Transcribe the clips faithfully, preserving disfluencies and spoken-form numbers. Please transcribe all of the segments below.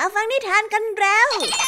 ฟังนิทานกันแล้ว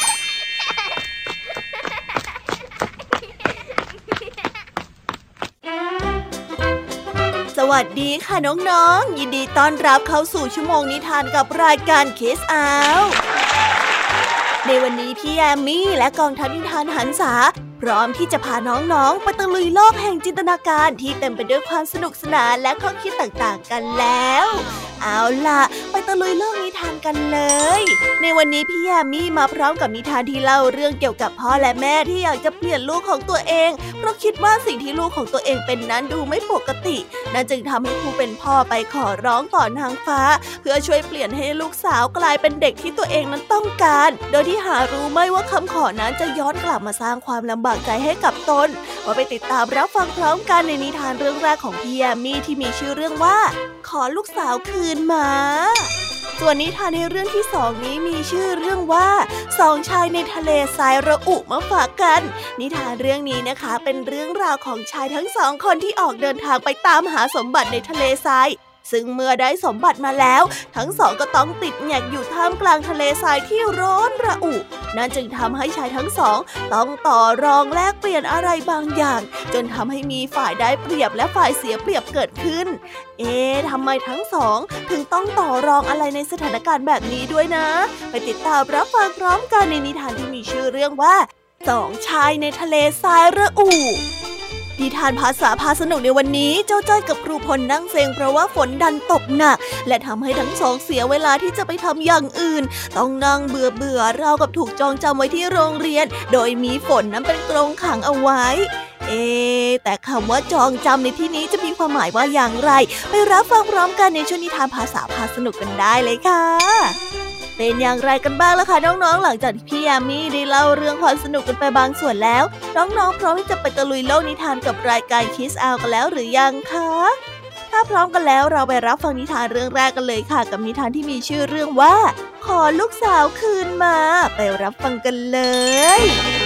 สวัสดีค่ะน้องๆยินดีต้อนรับเข้าสู่ชั่วโมงนิทานกับรายการ Kids Out ในวันนี้พี่แยมมี่และกองทัพนิทานหันษาพร้อมที่จะพาน้องๆไปตะลุยโลกแห่งจินตนาการที่เต็มไปด้วยความสนุกสนานและข้อคิดต่างๆกันแล้วเอาล่ะไปตะลุยโลกนิทานกันเลยในวันนี้พี่แยมมี่มาพร้อมกับนิทานที่เล่าเรื่องเกี่ยวกับพ่อและแม่ที่อยากจะเปลี่ยนลูกของตัวเองเพราะคิดว่าสิ่งที่ลูกของตัวเองเป็นนั้นดูไม่ปกตินั่นจึงทำให้ผู้เป็นพ่อไปขอร้องต่อนางฟ้าเพื่อช่วยเปลี่ยนให้ลูกสาวกลายเป็นเด็กที่ตัวเองนั้นต้องการโดยที่หารู้ไม่ว่าคำขอนั้นจะย้อนกลับมาสร้างความลำบากใจให้กับตนมาไปติดตามรับฟังพร้อมกันในนิทานเรื่องแรกของพี่แยมมี่ที่มีชื่อเรื่องว่าขอลูกสาวคืนมาส่วนนิทานในเรื่องที่สองนี้มีชื่อเรื่องว่าสองชายในทะเลทรายระอุมาฝากกันนิทานเรื่องนี้นะคะเป็นเรื่องราวของชายทั้งสองคนที่ออกเดินทางไปตามหาสมบัติในทะเลทรายซึ่งเมื่อได้สมบัติมาแล้วทั้งสองก็ต้องติดแงกอยู่ท่ามกลางทะเลทรายที่ร้อนระอุนั่นจึงทำให้ชายทั้งสองต้องต่อรองแลกเปลี่ยนอะไรบางอย่างจนทำให้มีฝ่ายได้เปรียบและฝ่ายเสียเปรียบเกิดขึ้นเอ๊ะทำไมทั้งสองถึงต้องต่อรองอะไรในสถานการณ์แบบนี้ด้วยนะไปติดตามรับฟังพร้อมกันในนิทานที่มีชื่อเรื่องว่าสองชายในทะเลทรายระอุนิทานภาษาพาสนุกในวันนี้เจ้าจ้อยกับครูพลนั่งเซ็งเพราะว่าฝนดันตกหนักและทำให้ทั้งสองเสียเวลาที่จะไปทำอย่างอื่นต้องนั่งเบื่อเบื่อราวกับถูกจองจำไว้ที่โรงเรียนโดยมีฝนนั้นเป็นกรงขังเอาไว้เอ๊แต่คำว่าจองจำในที่นี้จะมีความหมายว่าอย่างไรไปรับฟังพร้อมกันในช่วงนิทานภาษาพาสนุกกันได้เลยค่ะเป็นอย่างไรกันบ้างล่ะคะน้องๆหลังจากที่พี่ยามีได้เล่าเรื่องความสนุกกันไปบางส่วนแล้วน้องๆพร้อมที่จะไปตะลุยโลกนิทานกับรายการ Kids Out กันแล้วหรือยังคะถ้าพร้อมกันแล้วเราไปรับฟังนิทานเรื่องแรกกันเลยค่ะกับนิทานที่มีชื่อเรื่องว่าขอลูกสาวคืนมาไปรับฟังกันเลย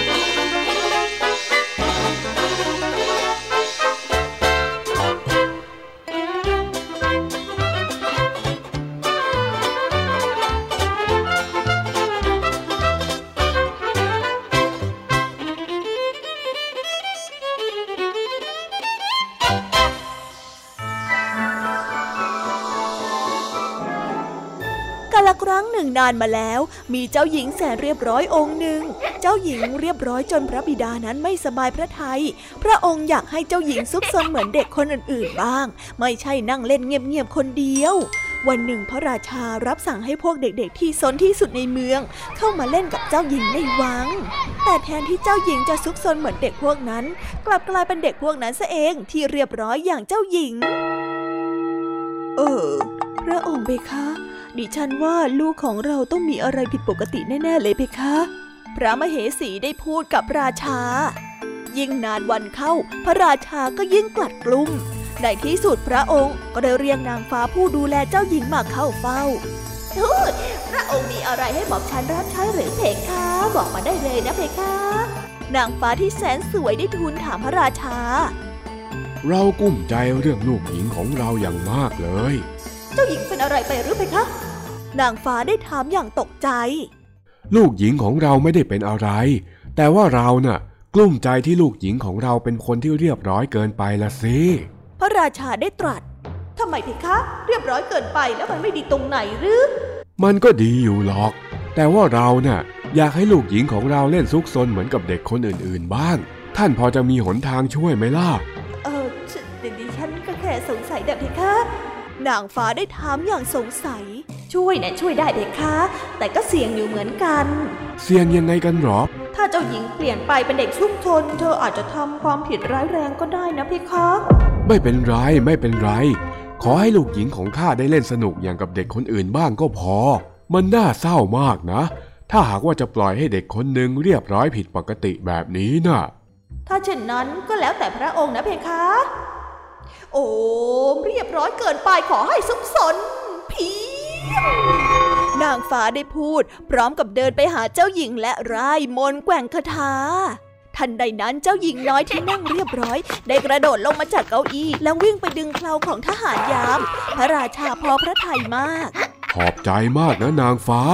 ครั้งหนึ่งนานมาแล้วมีเจ้าหญิงแสนเรียบร้อยองค์หนึ่งเจ้าหญิงเรียบร้อยจนพระบิดานั้นไม่สบายพระทัยพระองค์อยากให้เจ้าหญิงซุกซนเหมือนเด็กคนอื่นๆบ้างไม่ใช่นั่งเล่นเงียบๆคนเดียววันหนึ่งพระราชารับสั่งให้พวกเด็กๆที่ซนที่สุดในเมืองเข้ามาเล่นกับเจ้าหญิงในวังแต่แทนที่เจ้าหญิงจะซุกซนเหมือนเด็กพวกนั้นกลับกลายเป็นเด็กพวกนั้นซะเองที่เรียบร้อยอย่างเจ้าหญิงเออพระองค์เบคะดิฉันว่าลูกของเราต้องมีอะไรผิดปกติแน่ๆเลยเพคะพระมเหสีได้พูดกับราชายิ่งนานวันเข้าพระราชาก็ยิ่งกลัดกลุ้มในที่สุดพระองค์ก็ได้เรียกนางฟ้าผู้ดูแลเจ้าหญิงมาเข้าเฝ้าทูตพระองค์มีอะไรให้บอกฉันรับใช้หรือเพคะบอกมาได้เลยนะเพคะนางฟ้าที่แสนสวยได้ทูลถามพระราชาเรากุ้มใจเรื่องลูกหญิงของเราอย่างมากเลยเจ้าหญิงเป็นอะไรไปหรือเพคะนางฟ้าได้ถามอย่างตกใจลูกหญิงของเราไม่ได้เป็นอะไรแต่ว่าเราน่ะกลุ้มใจที่ลูกหญิงของเราเป็นคนที่เรียบร้อยเกินไปละสิพระราชาได้ตรัสทำไมเพคะเรียบร้อยเกินไปแล้วมันไม่ดีตรงไหนหรือมันก็ดีอยู่หรอกแต่ว่าเราน่ะอยากให้ลูกหญิงของเราเล่นซุกซนเหมือนกับเด็กคนอื่นๆบ้างท่านพอจะมีหนทางช่วยไหมล่ะเออดิฉันก็แค่สงสัยแบบเพคะนางฟ้าได้ถามอย่างสงสัยช่วยนะช่วยได้เพคะแต่ก็เสี่ยงอยู่เหมือนกันเสี่ยงยังไงกันหรอถ้าเจ้าหญิงเปลี่ยนไปเป็นเด็กซุกซนเธออาจจะทำความผิดร้ายแรงก็ได้นะเพคะไม่เป็นไรไม่เป็นไรขอให้ลูกหญิงของข้าได้เล่นสนุกอย่างกับเด็กคนอื่นบ้างก็พอมันน่าเศร้ามากนะถ้าหากว่าจะปล่อยให้เด็กคนหนึ่งเรียบร้อยผิดปกติแบบนี้น่ะถ้าเช่นนั้นก็แล้วแต่พระองค์นะเพคะโอ้เรียบร้อยเกินไปขอให้ซุกซนเพียงนางฟ้าได้พูดพร้อมกับเดินไปหาเจ้าหญิงและร่ายมนต์แกว่งคาถาทันใดนั้นเจ้าหญิงน้อยที่นั่งเรียบร้อยได้กระโดดลงมาจากเก้าอี้แล้ววิ่งไปดึงเคราของทหารยามพระราชาพอพระทัยมากขอบใจมากนะนางฟ้า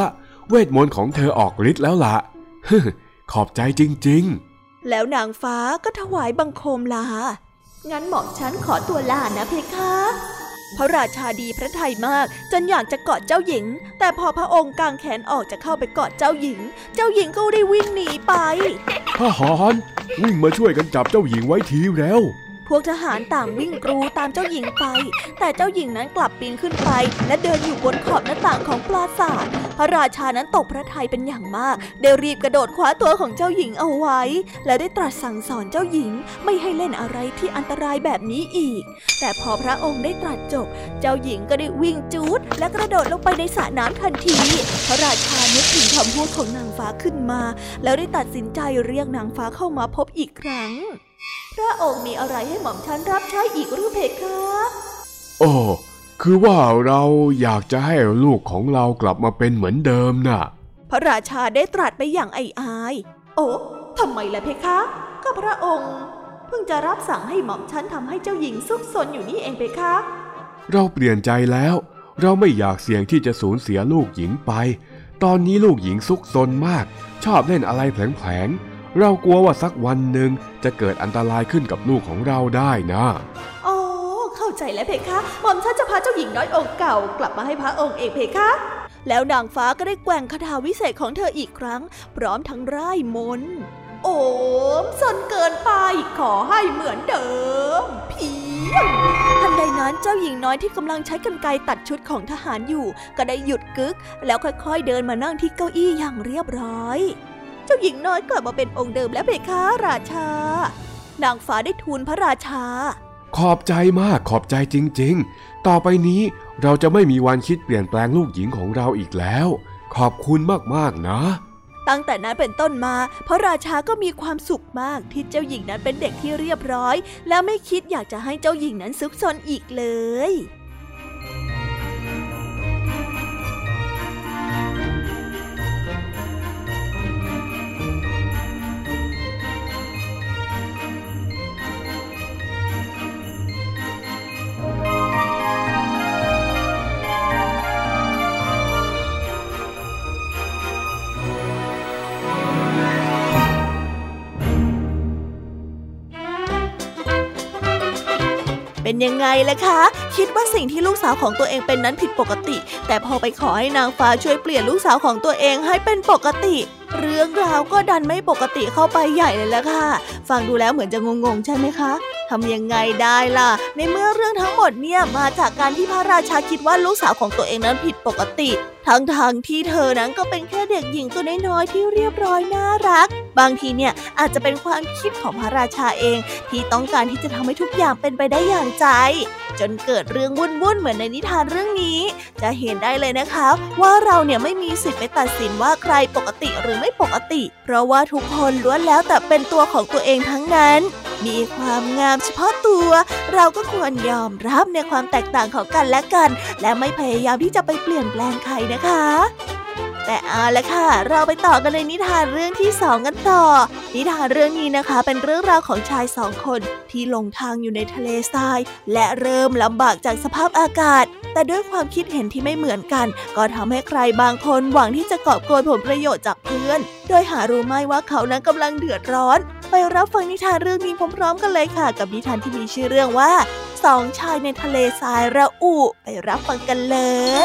เวทมนต์ของเธอออกฤทธิ์แล้วล่ะ ขอบใจจริงๆแล้วนางฟ้าก็ถวายบังคมลางั้นหม่อมฉันขอตัวลานะเพคะพระราชาดีพระทัยมากจนอยากจะกอดเจ้าหญิงแต่พอพระองค์กางแขนออกจะเข้าไปกอดเจ้าหญิงเจ้าหญิงก็ได้วิ่งหนีไปทหารวิ่งมาช่วยกันจับเจ้าหญิงไว้ทีเร็วพวกทหารต่างวิ่งกรูตามเจ้าหญิงไปแต่เจ้าหญิงนั้นกลับปีนขึ้นไปและเดินอยู่บนขอบหน้าต่างของปราสาทพระราชานั้นตกพระทัยเป็นอย่างมากได้รีบกระโดดคว้าตัวของเจ้าหญิงเอาไว้และได้ตรัสสั่งสอนเจ้าหญิงไม่ให้เล่นอะไรที่อันตรายแบบนี้อีกแต่พอพระองค์ได้ตรัสจบเจ้าหญิงก็ได้วิ่งจู๊ดและกระโดดลงไปในสระน้ำทันทีพระราชานึกถึงคำพูดของนางฟ้าขึ้นมาแล้วได้ตัดสินใจเรียกนางฟ้าเข้ามาพบอีกครั้งพระองค์มีอะไรให้หม่อมฉันรับใช้อีกหรือเพคะโอ้คือว่าเราอยากจะให้ลูกของเรากลับมาเป็นเหมือนเดิมน่ะพระราชาได้ตรัสไปอย่างอายๆโอ้ทำไมล่ะเพคะก็พระองค์เพิ่งจะรับสั่งให้หม่อมฉันทำให้เจ้าหญิงซุกซนอยู่นี่เองเพคะเราเปลี่ยนใจแล้วเราไม่อยากเสี่ยงที่จะสูญเสียลูกหญิงไปตอนนี้ลูกหญิงซุกซนมากชอบเล่นอะไรแผลงๆเรากลัวว่าสักวันหนึ่งจะเกิดอันตรายขึ้นกับลูกของเราได้นะอ๋อเข้าใจแล้วเพคะหม่อมฉันจะพาเจ้าหญิงน้อยองค์เก่ากลับมาให้พระองค์เองเพคะแล้วนางฟ้าก็ได้แกว่งคาถาวิเศษของเธออีกครั้งพร้อมทั้งร่ายมนต์โอ้มซนเกินไปขอให้เหมือนเดิมเพียงทันใดนั้นเจ้าหญิงน้อยที่กำลังใช้กรรไกรตัดชุดของทหารอยู่ก็ได้หยุดกึกแล้วค่อยๆเดินมานั่งที่เก้าอี้อย่างเรียบร้อยเจ้าหญิงน้อยกลับมาเป็นองค์เดิมแล้วเพคะราชานางฟ้าได้ทูลพระราชาขอบใจมากขอบใจจริงๆต่อไปนี้เราจะไม่มีวันคิดเปลี่ยนแปลงลูกหญิงของเราอีกแล้วขอบคุณมากๆนะตั้งแต่นั้นเป็นต้นมาพระราชาก็มีความสุขมากที่เจ้าหญิงนั้นเป็นเด็กที่เรียบร้อยและไม่คิดอยากจะให้เจ้าหญิงนั้นซุกซนอีกเลยเป็นยังไงล่ะคะคิดว่าสิ่งที่ลูกสาวของตัวเองเป็นนั้นผิดปกติแต่พอไปขอให้นางฟ้าช่วยเปลี่ยนลูกสาวของตัวเองให้เป็นปกติเรื่องราวก็ดันไม่ปกติเข้าไปใหญ่เลยล่ะค่ะฟังดูแล้วเหมือนจะงงๆใช่ไหมคะทำยังไงได้ล่ะในเมื่อเรื่องทั้งหมดเนี่ยมาจากการที่พระราชาคิดว่าลูกสาวของตัวเองนั้นผิดปกติทั้งๆ ท, ที่เธอนั้นก็เป็นแค่เด็กหญิงตัวน้อยๆที่เรียบร้อยน่ารักบางทีเนี่ยอาจจะเป็นความคิดของพระราชาเองที่ต้องการที่จะทำให้ทุกอย่างเป็นไปได้อย่างใจจนเกิดเรื่องวุ่นๆเหมือนในนิทานเรื่องนี้จะเห็นได้เลยนะคะว่าเราเนี่ยไม่มีสิทธิ์ไปตัดสินว่าใครปกติหรือไม่ปกติเพราะว่าทุกคนล้วนแล้วแต่เป็นตัวของตัวเองทั้งนั้นมีความงามเฉพาะตัวเราก็ควรยอมรับในความแตกต่างของกันและกันและไม่พยายามที่จะไปเปลี่ยนแปลงใครนะคะแต่เอาละค่ะเราไปต่อกันในนิทานเรื่องที่สองกันต่อนิทานเรื่องนี้นะคะเป็นเรื่องราวของชายสองคนที่หลงทางอยู่ในทะเลทรายและเริ่มลำบากจากสภาพอากาศแต่ด้วยความคิดเห็นที่ไม่เหมือนกันก็ทำให้ใครบางคนหวังที่จะกอบโกยผลประโยชน์จากเพื่อนโดยหารู้ไหมว่าเขานั้นกำลังเดือดร้อนไปรับฟังนิทานเรื่องนี้พร้อมๆกันเลยค่ะกับนิทานที่มีชื่อเรื่องว่าสองชายในทะเลทรายระอุไปรับฟังกันเลย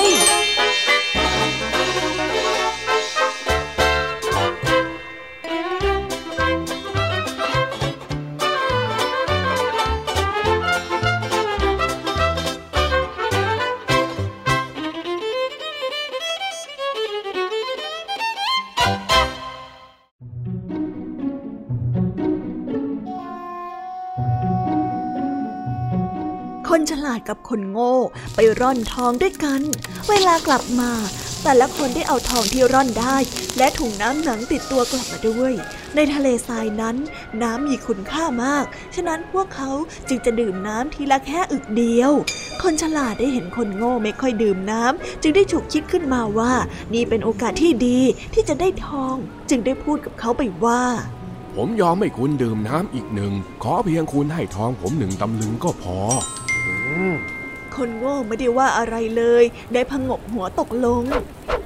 คนฉลาดกับคนโง่ไปร่อนทองด้วยกันเวลากลับมาแต่ละคนได้เอาทองที่ร่อนได้และถุงน้ำหนังติดตัวกลับมาด้วยในทะเลทรายนั้นน้ำมีคุณค่ามากฉะนั้นพวกเขาจึงจะดื่มน้ำทีละแค่อึกเดียวคนฉลาดได้เห็นคนโง่ไม่ค่อยดื่มน้ำจึงได้ฉุกคิดขึ้นมาว่านี่เป็นโอกาสที่ดีที่จะได้ทองจึงได้พูดกับเขาไปว่าผมยอมให้คุณดื่มน้ำอีกหนึ่งขอเพียงคุณให้ทองผมหนึ่งตำลึงก็พอคนโง่ไม่ได้ว่าอะไรเลยได้ผงกหัวตกลง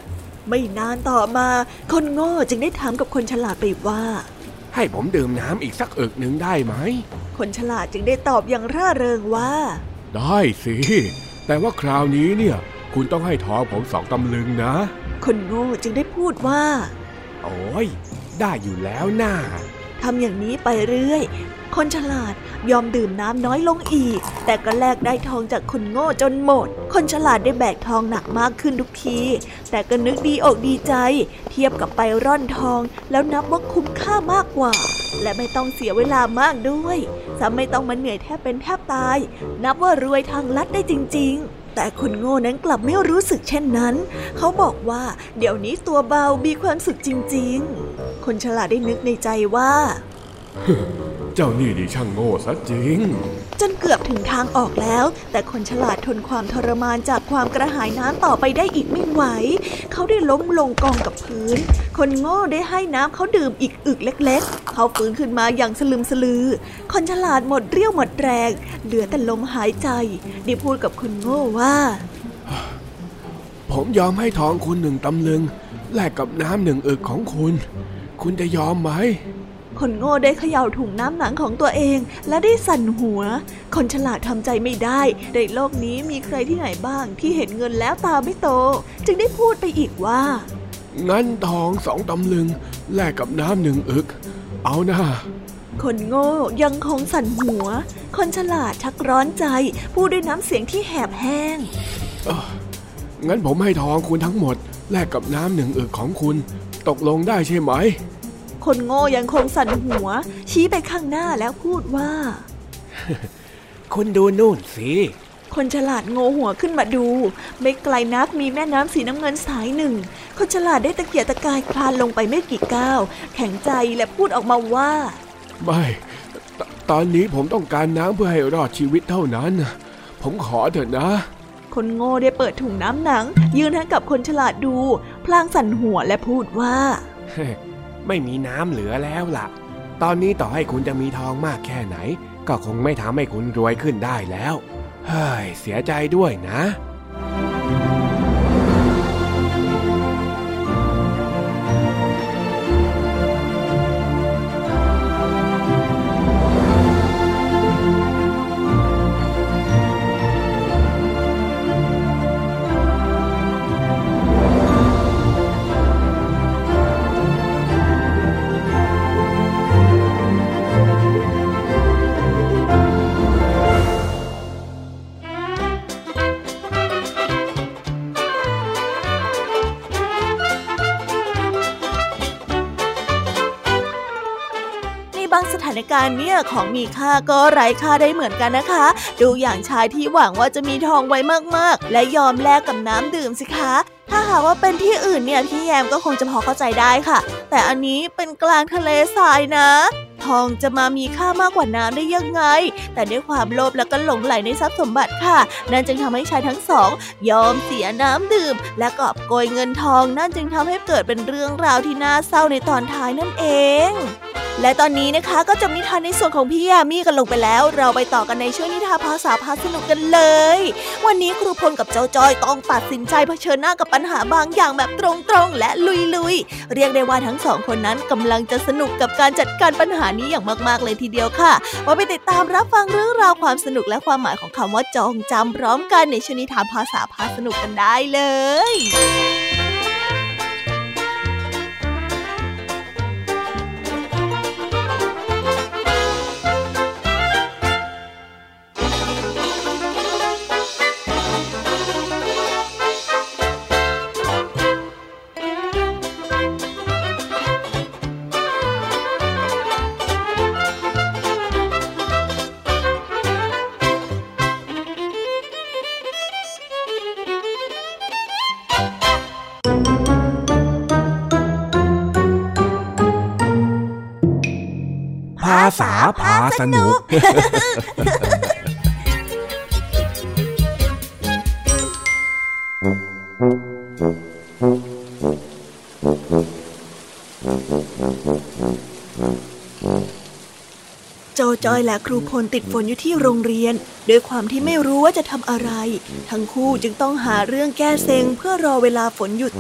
ไม่นานต่อมาคนโง่จึงได้ถามกับคนฉลาดไปว่าให้ผมดื่มน้ำอีกสักอึกหนึ่งได้ไหมคนฉลาดจึงได้ตอบอย่างร่าเริงว่าได้สิแต่ว่าคราวนี้เนี่ยคุณต้องให้ทองผมสองตำลึงนะคนโง่จึงได้พูดว่าโอ้ยได้อยู่แล้วน่าทำอย่างนี้ไปเรื่อยคนฉลาดยอมดื่มน้ำน้อยลงอีกแต่ก็แลกได้ทองจากคนโง่จนหมดคนฉลาดได้แบกทองหนักมากขึ้นทุกทีแต่ก็นึกดีอกดีใจเทียบกับไปร่อนทองแล้วนับว่าคุ้มค่ามากกว่าและไม่ต้องเสียเวลามากด้วยซ้ำไม่ต้องมาเหนื่อยแทบเป็นแทบตายนับว่ารวยทางลัดได้จริงๆแต่คนโง่นั้นกลับไม่รู้สึกเช่นนั้นเขาบอกว่าเดี๋ยวนี้ตัวเบามีความสุขจริงๆคนฉลาดได้นึกในใจว่าเจ้านี่ดิช่างโง่ซะจริงจนเกือบถึงทางออกแล้วแต่คนฉลาดทนความทรมานจากความกระหายน้ำต่อไปได้อีกไม่ไหวเขาได้ล้มลงกองกับพื้นคนโง่ได้ให้น้ำเขาดื่มอีกอึกเล็กๆเขาฟื้นขึ้นมาอย่างสลึมสลือคนฉลาดหมดเรี่ยวหมดแรงเหลือแต่ลมหายใจได้พูดกับคนโง่ว่าผมยอมให้ทองคุณหนึ่งตำลึงแลกกับน้ำหนึ่งอึกของคุณคุณจะยอมไหมคนโง่ได้เขย่าถุงน้ำหนังของตัวเองและได้สั่นหัวคนฉลาดทำใจไม่ได้ในโลกนี้มีใครที่ไหนบ้างที่เห็นเงินแล้วตาไม่โตจึงได้พูดไปอีกว่างั้นทองสองตำลึงแลกกับน้ำหนึ่งอึกเอานะคนโง่ยังคงสั่นหัวคนฉลาดชักร้อนใจพูดด้วยน้ำเสียงที่แหบแห้งงั้นผมให้ทองคุณทั้งหมดแลกกับน้ำหนึ่งอึกของคุณตกลงได้ใช่ไหมคนโง่ยังคงสั่นหัวชี้ไปข้างหน้าแล้วพูดว่าคุณดูนู่นสิคนฉลาดโง่หัวขึ้นมาดูไม่ไกลนักมีแม่น้ำสีน้ำเงินสายหนึ่งคนฉลาดได้ตะเกียกตะกายคลานลงไปไม่กี่ก้าวแข็งใจและพูดออกมาว่าไม่ต, ตอนนี้ผมต้องการน้ำเพื่อให้รอดชีวิตเท่านั้นผมขอเถอะนะคนโง่ได้เปิดถุงน้ำหนังยื่นให้กับคนฉลาดดูพลางสั่นหัวและพูดว่าไม่มีน้ำเหลือแล้วล่ะตอนนี้ต่อให้คุณจะมีทองมากแค่ไหนก็คงไม่ทำให้คุณรวยขึ้นได้แล้วเฮ้ยเสียใจด้วยนะถานการณ์เนี่ยของมีค่าก็ไร้ค่าได้เหมือนกันนะคะดูอย่างชายที่หวังว่าจะมีทองไว้มากๆและยอมแลกกับน้ำดื่มสิคะถ้าหากว่าเป็นที่อื่นเนี่ยพี่แยมก็คงจะพอเข้าใจได้ค่ะแต่อันนี้เป็นกลางทะเลทรายนะทองจะมามีค่ามากกว่าน้ำได้ยังไงแต่ด้วยความโลภแล้วก็หลงไหลในทรัพย์สมบัติค่ะนั่นจึงทำให้ชายทั้งสองยอมเสียน้ำดื่มและกอบโกยเงินทองนั่นจึงทำให้เกิดเป็นเรื่องราวที่น่าเศร้าในตอนท้ายนั่นเองและตอนนี้นะคะก็จบนิทานในส่วนของพี่ยามีกันลงไปแล้วเราไปต่อกันในช่วงนิทานภาษาพาสนุกกันเลยวันนี้ครูพลกับเจ้าจอยต้องตัดสินใจเผชิญหน้ากับปัญหาบางอย่างแบบตรงๆและลุยๆเรียกได้ว่าทั้งสองคนนั้นกำลังจะสนุกกับการจัดการปัญหานี้อย่างมากๆเลยทีเดียวค่ะว่าไปติดตามรับฟังเรื่องราวความสนุกและความหมายของคำว่าจองจำพร้อมกันในช่วงนิทานภาษาพาสนุกกันได้เลยภาษาพาสนุกโจจอยและครูพลติดฝนอยู่ที่โรงเรียนด้วยความที่ไม่รู้ว่าจะทำอะไรทั้งคู่จึงต้องหาเรื่องแก้เซ็งเพื่อรอเวลาฝนหยุดตก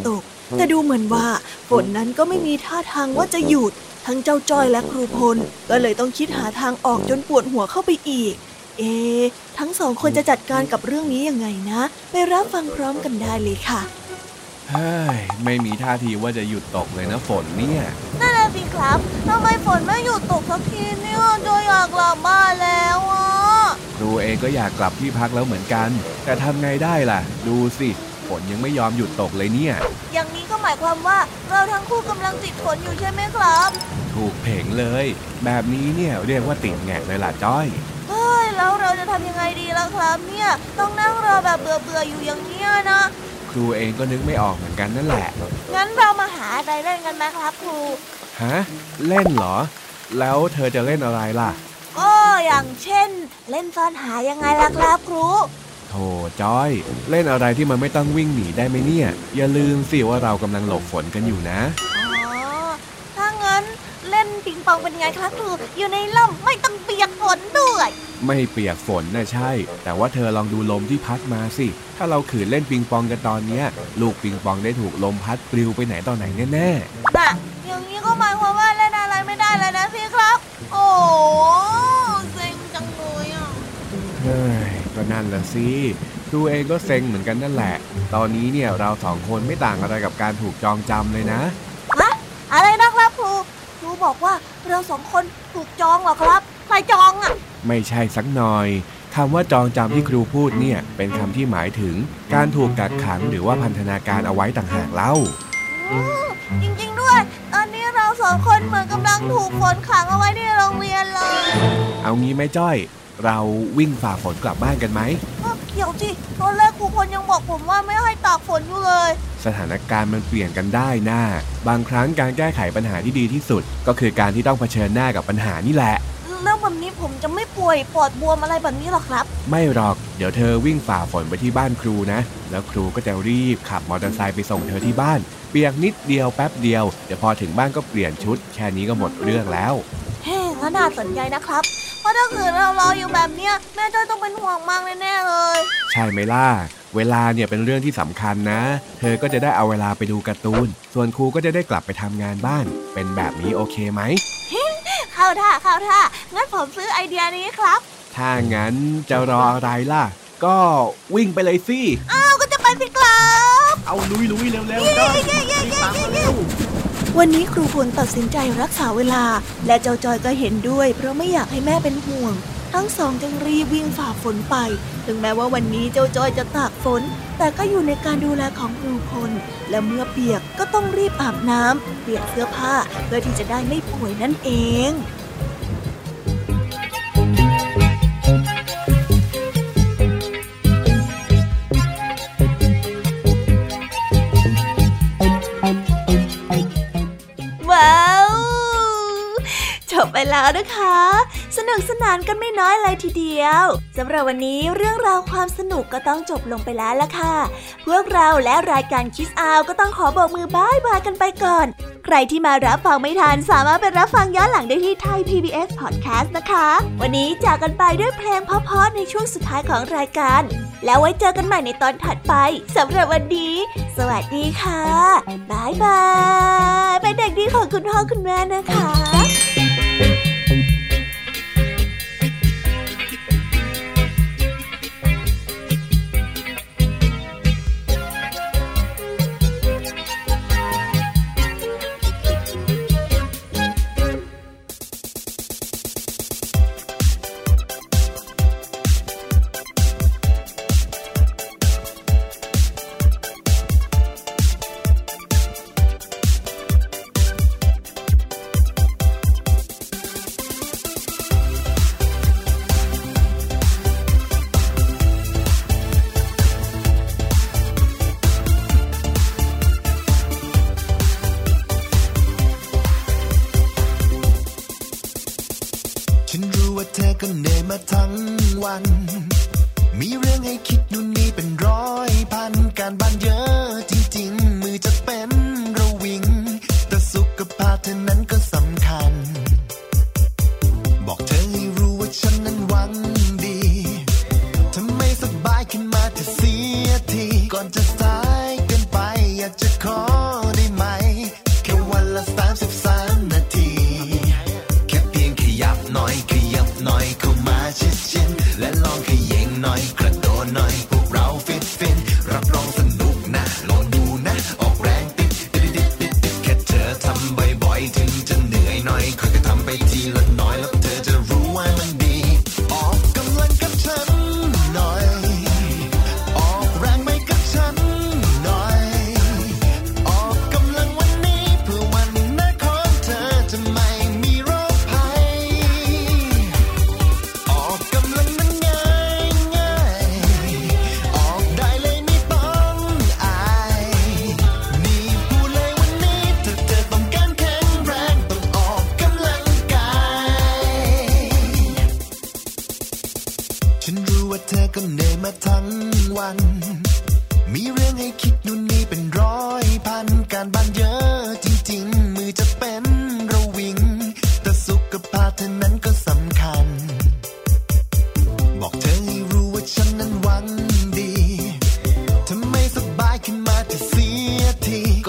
แต่ดูเหมือนว่าฝนนั้นก็ไม่มีท่าทางว่าจะหยุดทั้งเจ้าจ้อยและครูพลก็เลยต้องคิดหาทางออกจนปวดหัวเข้าไปอีกเอ๊ะทั้งสองคนจะจัดการกับเรื่องนี้ยังไงนะไปรับฟังพร้อมกันได้เลยค่ะเฮ้ยไม่มีท่าทีว่าจะหยุดตกเลยนะฝนเนี่ยนั่นแหละสิครับทำไมฝนไม่หยุดตกสักทีเนี่ยจอยอยากกลับบ้านแล้วอ่ะครูเองก็อยากกลับที่พักแล้วเหมือนกันแต่ทำไงได้ล่ะดูสิฝนยังไม่ยอมหยุดตกเลยเนี่ยอย่างนี้ก็หมายความว่าเราทั้งคู่กำลังติดฝนอยู่ใช่ไหมครับถูกเพ่งเลยแบบนี้เนี่ยเรียกว่าติดแงกเลยล่ะจ้อยเฮ้ยแล้วเราจะทำยังไงดีล่ะครับเนี่ยต้องนั่งรอแบบเบื่อๆอยู่อย่างเนี้ยนะครูเองก็นึกไม่ออกเหมือนกันนั่นแหละงั้นเรามาหาอะไรเล่นกันไหมครับครูฮะเล่นเหรอแล้วเธอจะเล่นอะไรล่ะก็อย่างเช่นเล่นซ่อนหายังไงล่ะครับครูโธ่จ้อยเล่นอะไรที่มันไม่ต้องวิ่งหนีได้ไหมเนี่ยอย่าลืมสิว่าเรากำลังหลบฝนกันอยู่นะอ๋อถ้างั้นเล่นปิงปองเป็นไงครับครูอยู่ในร่มไม่ต้องเปียกฝนด้วยไม่เปียกฝนน่ะใช่แต่ว่าเธอลองดูลมที่พัดมาสิถ้าเราขืนเล่นปิงปองกันตอนนี้ลูกปิงปองได้ถูกลมพัดปลิวไปไหนต่อไหนแน่ๆน่ะอย่างนี้ก็หมายความว่าเล่นอะไรไม่ได้เลยนะพี่ครับโอ้เซ็งจังเลยอ่ะเฮ้ยก็นั่นแหละสิครูเองก็เซ็งเหมือนกันนั่นแหละตอนนี้เนี่ยเราสองคนไม่ต่างอะไรกับการถูกจองจำเลยนะฮะอะไรนะครับครูครูบอกว่าเราสองคนถูกจองเหรอครับใครจองอ่ะไม่ใช่สักหน่อยคำว่าจองจำที่ครูพูดเนี่ยเป็นคำที่หมายถึงการถูกกักขังหรือว่าพันธนาการเอาไว้ต่างหากเล่าจริงๆด้วยตอนนี้เราสองคนเหมือนกำลังถูกฝนขังเอาไว้ในโรงเรียนเลยเอางี้ไหมจ้อยเราวิ่งฝ่าฝนกลับบ้านกันไหมเดี๋ยวสิตอนแรกครูพลยังบอกผมว่าไม่ให้ตากฝนอยู่เลยสถานการณ์มันเปลี่ยนกันได้น่าบางครั้งการแก้ไขปัญหาที่ดีที่สุดก็คือการที่ต้องเผชิญหน้ากับปัญหานี่แหละแล้วแบบนี้ผมจะไม่ป่วยปอดบวมอะไรแบบนี้หรอครับไม่หรอกเดี๋ยวเธอวิ่งฝ่าฝนไปที่บ้านครูนะแล้วครูก็จะรีบขับมอเตอร์ไซค์ไปส่งเธอที่บ้านเปียกนิดเดียวแป๊บเดียวเดี๋ยวพอถึงบ้านก็เปลี่ยนชุดแค่นี้ก็หมดเรื่องแล้วเฮ้ก็น่าสนใจนะครับเพราะถ้าเกิดเรารออยู่แบบเนี้ยแม่จ้อยต้องเป็นห่วงมากแน่ๆเลยใช่ไหมล่ะเวลาเนี่ยเป็นเรื่องที่สำคัญนะเธอก็จะได้เอาเวลาไปดูการ์ตูนส่วนครูก็จะได้กลับไปทำงานบ้านเป็นแบบนี้โอเคไหมเข้าท่าเข้าท่างั้นผมซื้อไอเดียนี้ครับถ้างั้นจะรออะไรล่ะก็วิ่งไปเลยสิอ้าวก็จะไปสิครับเอาลุยลุยเร็วๆจ้อยตามมาเร็ววันนี้ครูพลตัดสินใจรักษาเวลาและเจ้าจอยก็เห็นด้วยเพราะไม่อยากให้แม่เป็นห่วงทั้งสองจึงรีบวิ่งฝ่าฝนไปถึงแม้ว่าวันนี้เจ้าจอยจะตากฝนแต่ก็อยู่ในการดูแลของครูพลและเมื่อเปียกก็ต้องรีบอาบน้ำเปลี่ยนเสื้อผ้าเพื่อที่จะได้ไม่ป่วยนั่นเองจบไปแล้วนะคะสนุกสนานกันไม่น้อยเลยทีเดียวสำหรับวันนี้เรื่องราวความสนุกก็ต้องจบลงไปแล้วล่ะค่ะพวกเราและรายการคิสอาวก็ต้องขอบอกมือบ๊ายบายกันไปก่อนใครที่มารับฟังไม่ทันสามารถไปรับฟังย้อนหลังได้ที่ไทย พี บี เอส Podcast นะคะวันนี้จากกันไปด้วยเพลงเพราะๆในช่วงสุดท้ายของรายการแล้วไว้เจอกันใหม่ในตอนถัดไปสำหรับวันนี้สวัสดีค่ะบ๊ายบายเป็นเด็กดีของคุณพ่อคุณแม่นะคะมีเรื่องให้คิดนู่นนี่เป็นร้อยพันการบ้านเยอะจริงๆมือจะเป็นระวิงแต่สุขภาพเธอนั้นก็สำคัญบอกเธอให้รู้ว่าฉันนั้นหวังดีถ้าไม่สบายขึ้นมาเธอเสียทีก่อนจะสายเกินไปอยากจะขอ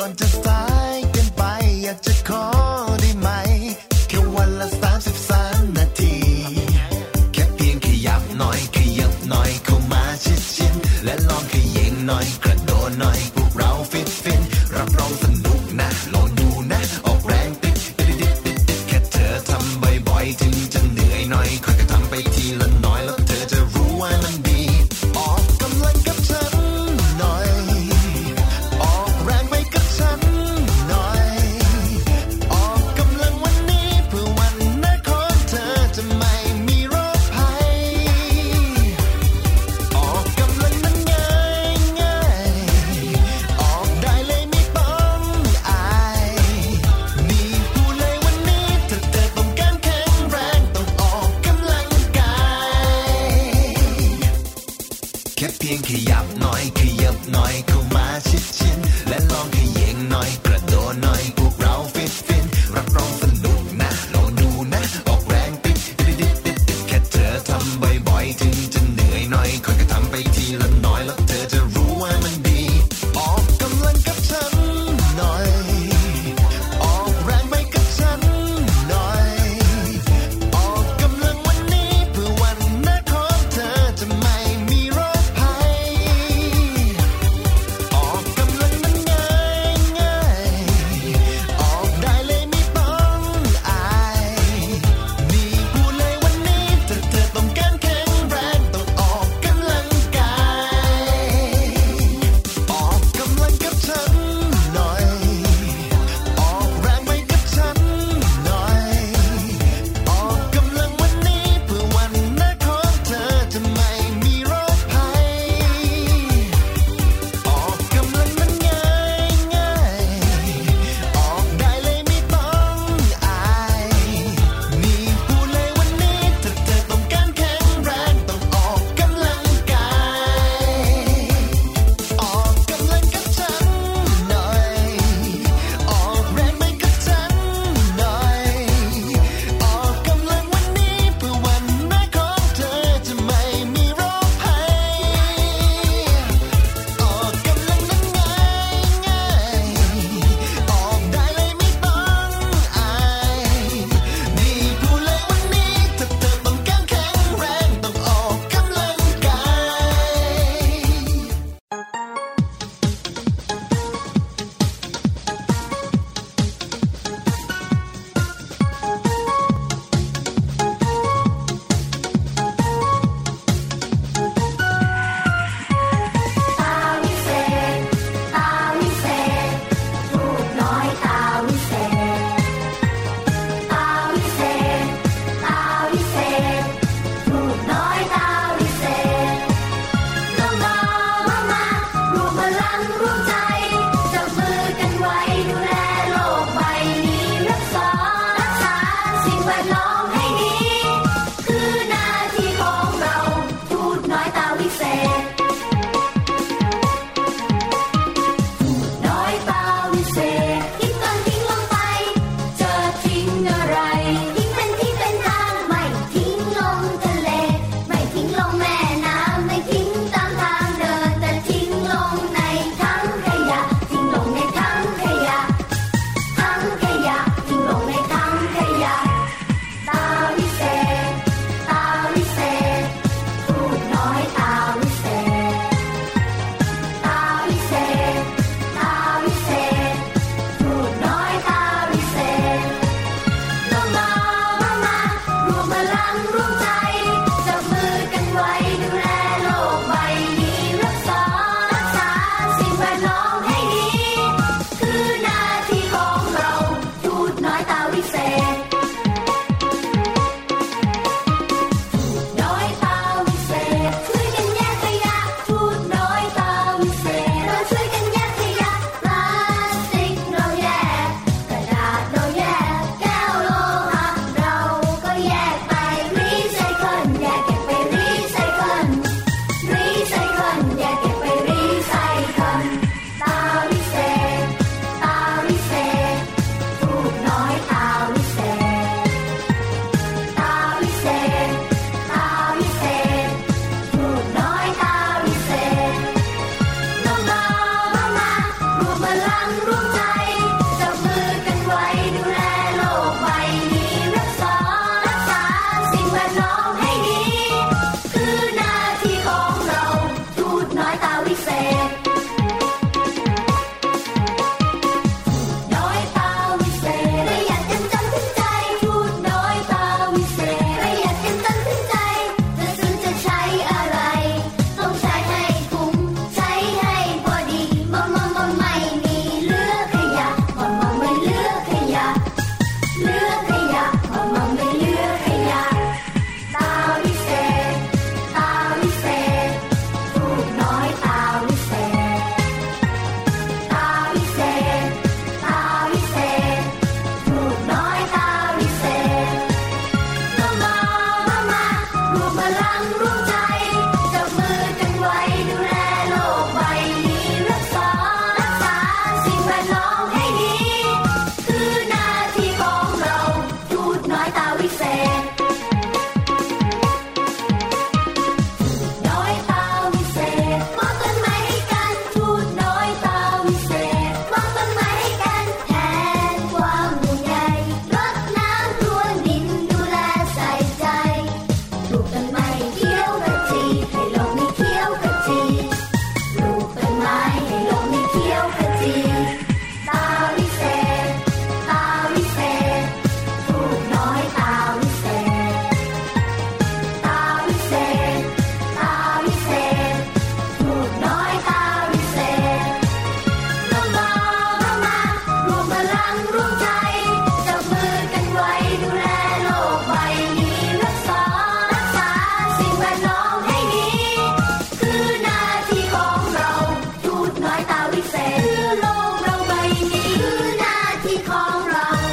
ก่อนจะสายเกินไปอยากจะขอได้ไหมแค่วันละสามสิบสามนาทีแค่เพียงขยับหน่อยขยับหน่อยเข้ามาชิดๆและลองขยิงหน่อยกระโดดหน่อยพวกเราฟิตฟินรับรองสนุกนะลองดูนะออกแรงติดติดติดติดติดแค่เธอทำบ่อยๆถึงจะเหนื่อยหน่อยค่อยๆทำไปทีละน้อยแล้วเธอจะรู้ว่ามันดีออกกำลังกับฉันหน่อยออกแรงไปกับฉันหน่อยออกก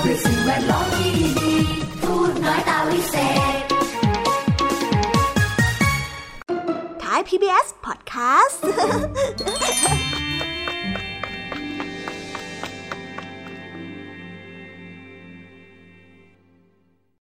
พื่อสิ่งแวดล้อมที่ดีพูดน้อยตาวิเศษ Thai พี บี เอส Podcast